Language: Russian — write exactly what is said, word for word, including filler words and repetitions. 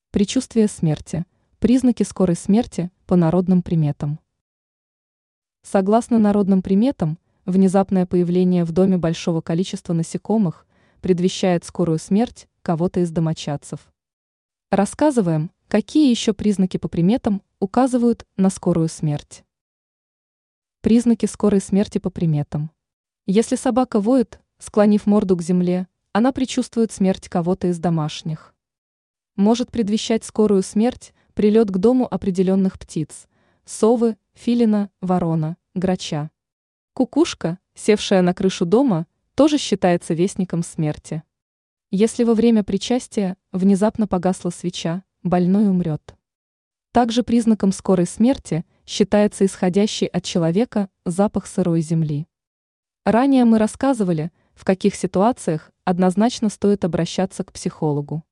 Предчувствие смерти. Признаки скорой смерти по народным приметам. Согласно народным приметам, внезапное появление в доме большого количества насекомых предвещает скорую смерть кого-то из домочадцев. Рассказываем, какие еще признаки по приметам указывают на скорую смерть. Признаки скорой смерти по приметам. Если собака воет, склонив морду к земле, она предчувствует смерть кого-то из домашних. Может предвещать скорую смерть прилет к дому определенных птиц – совы, филина, ворона, грача. Кукушка, севшая на крышу дома, тоже считается вестником смерти. Если во время причастия внезапно погасла свеча, больной умрет. Также признаком скорой смерти считается исходящий от человека запах сырой земли. Ранее мы рассказывали, в каких ситуациях однозначно стоит обращаться к психологу.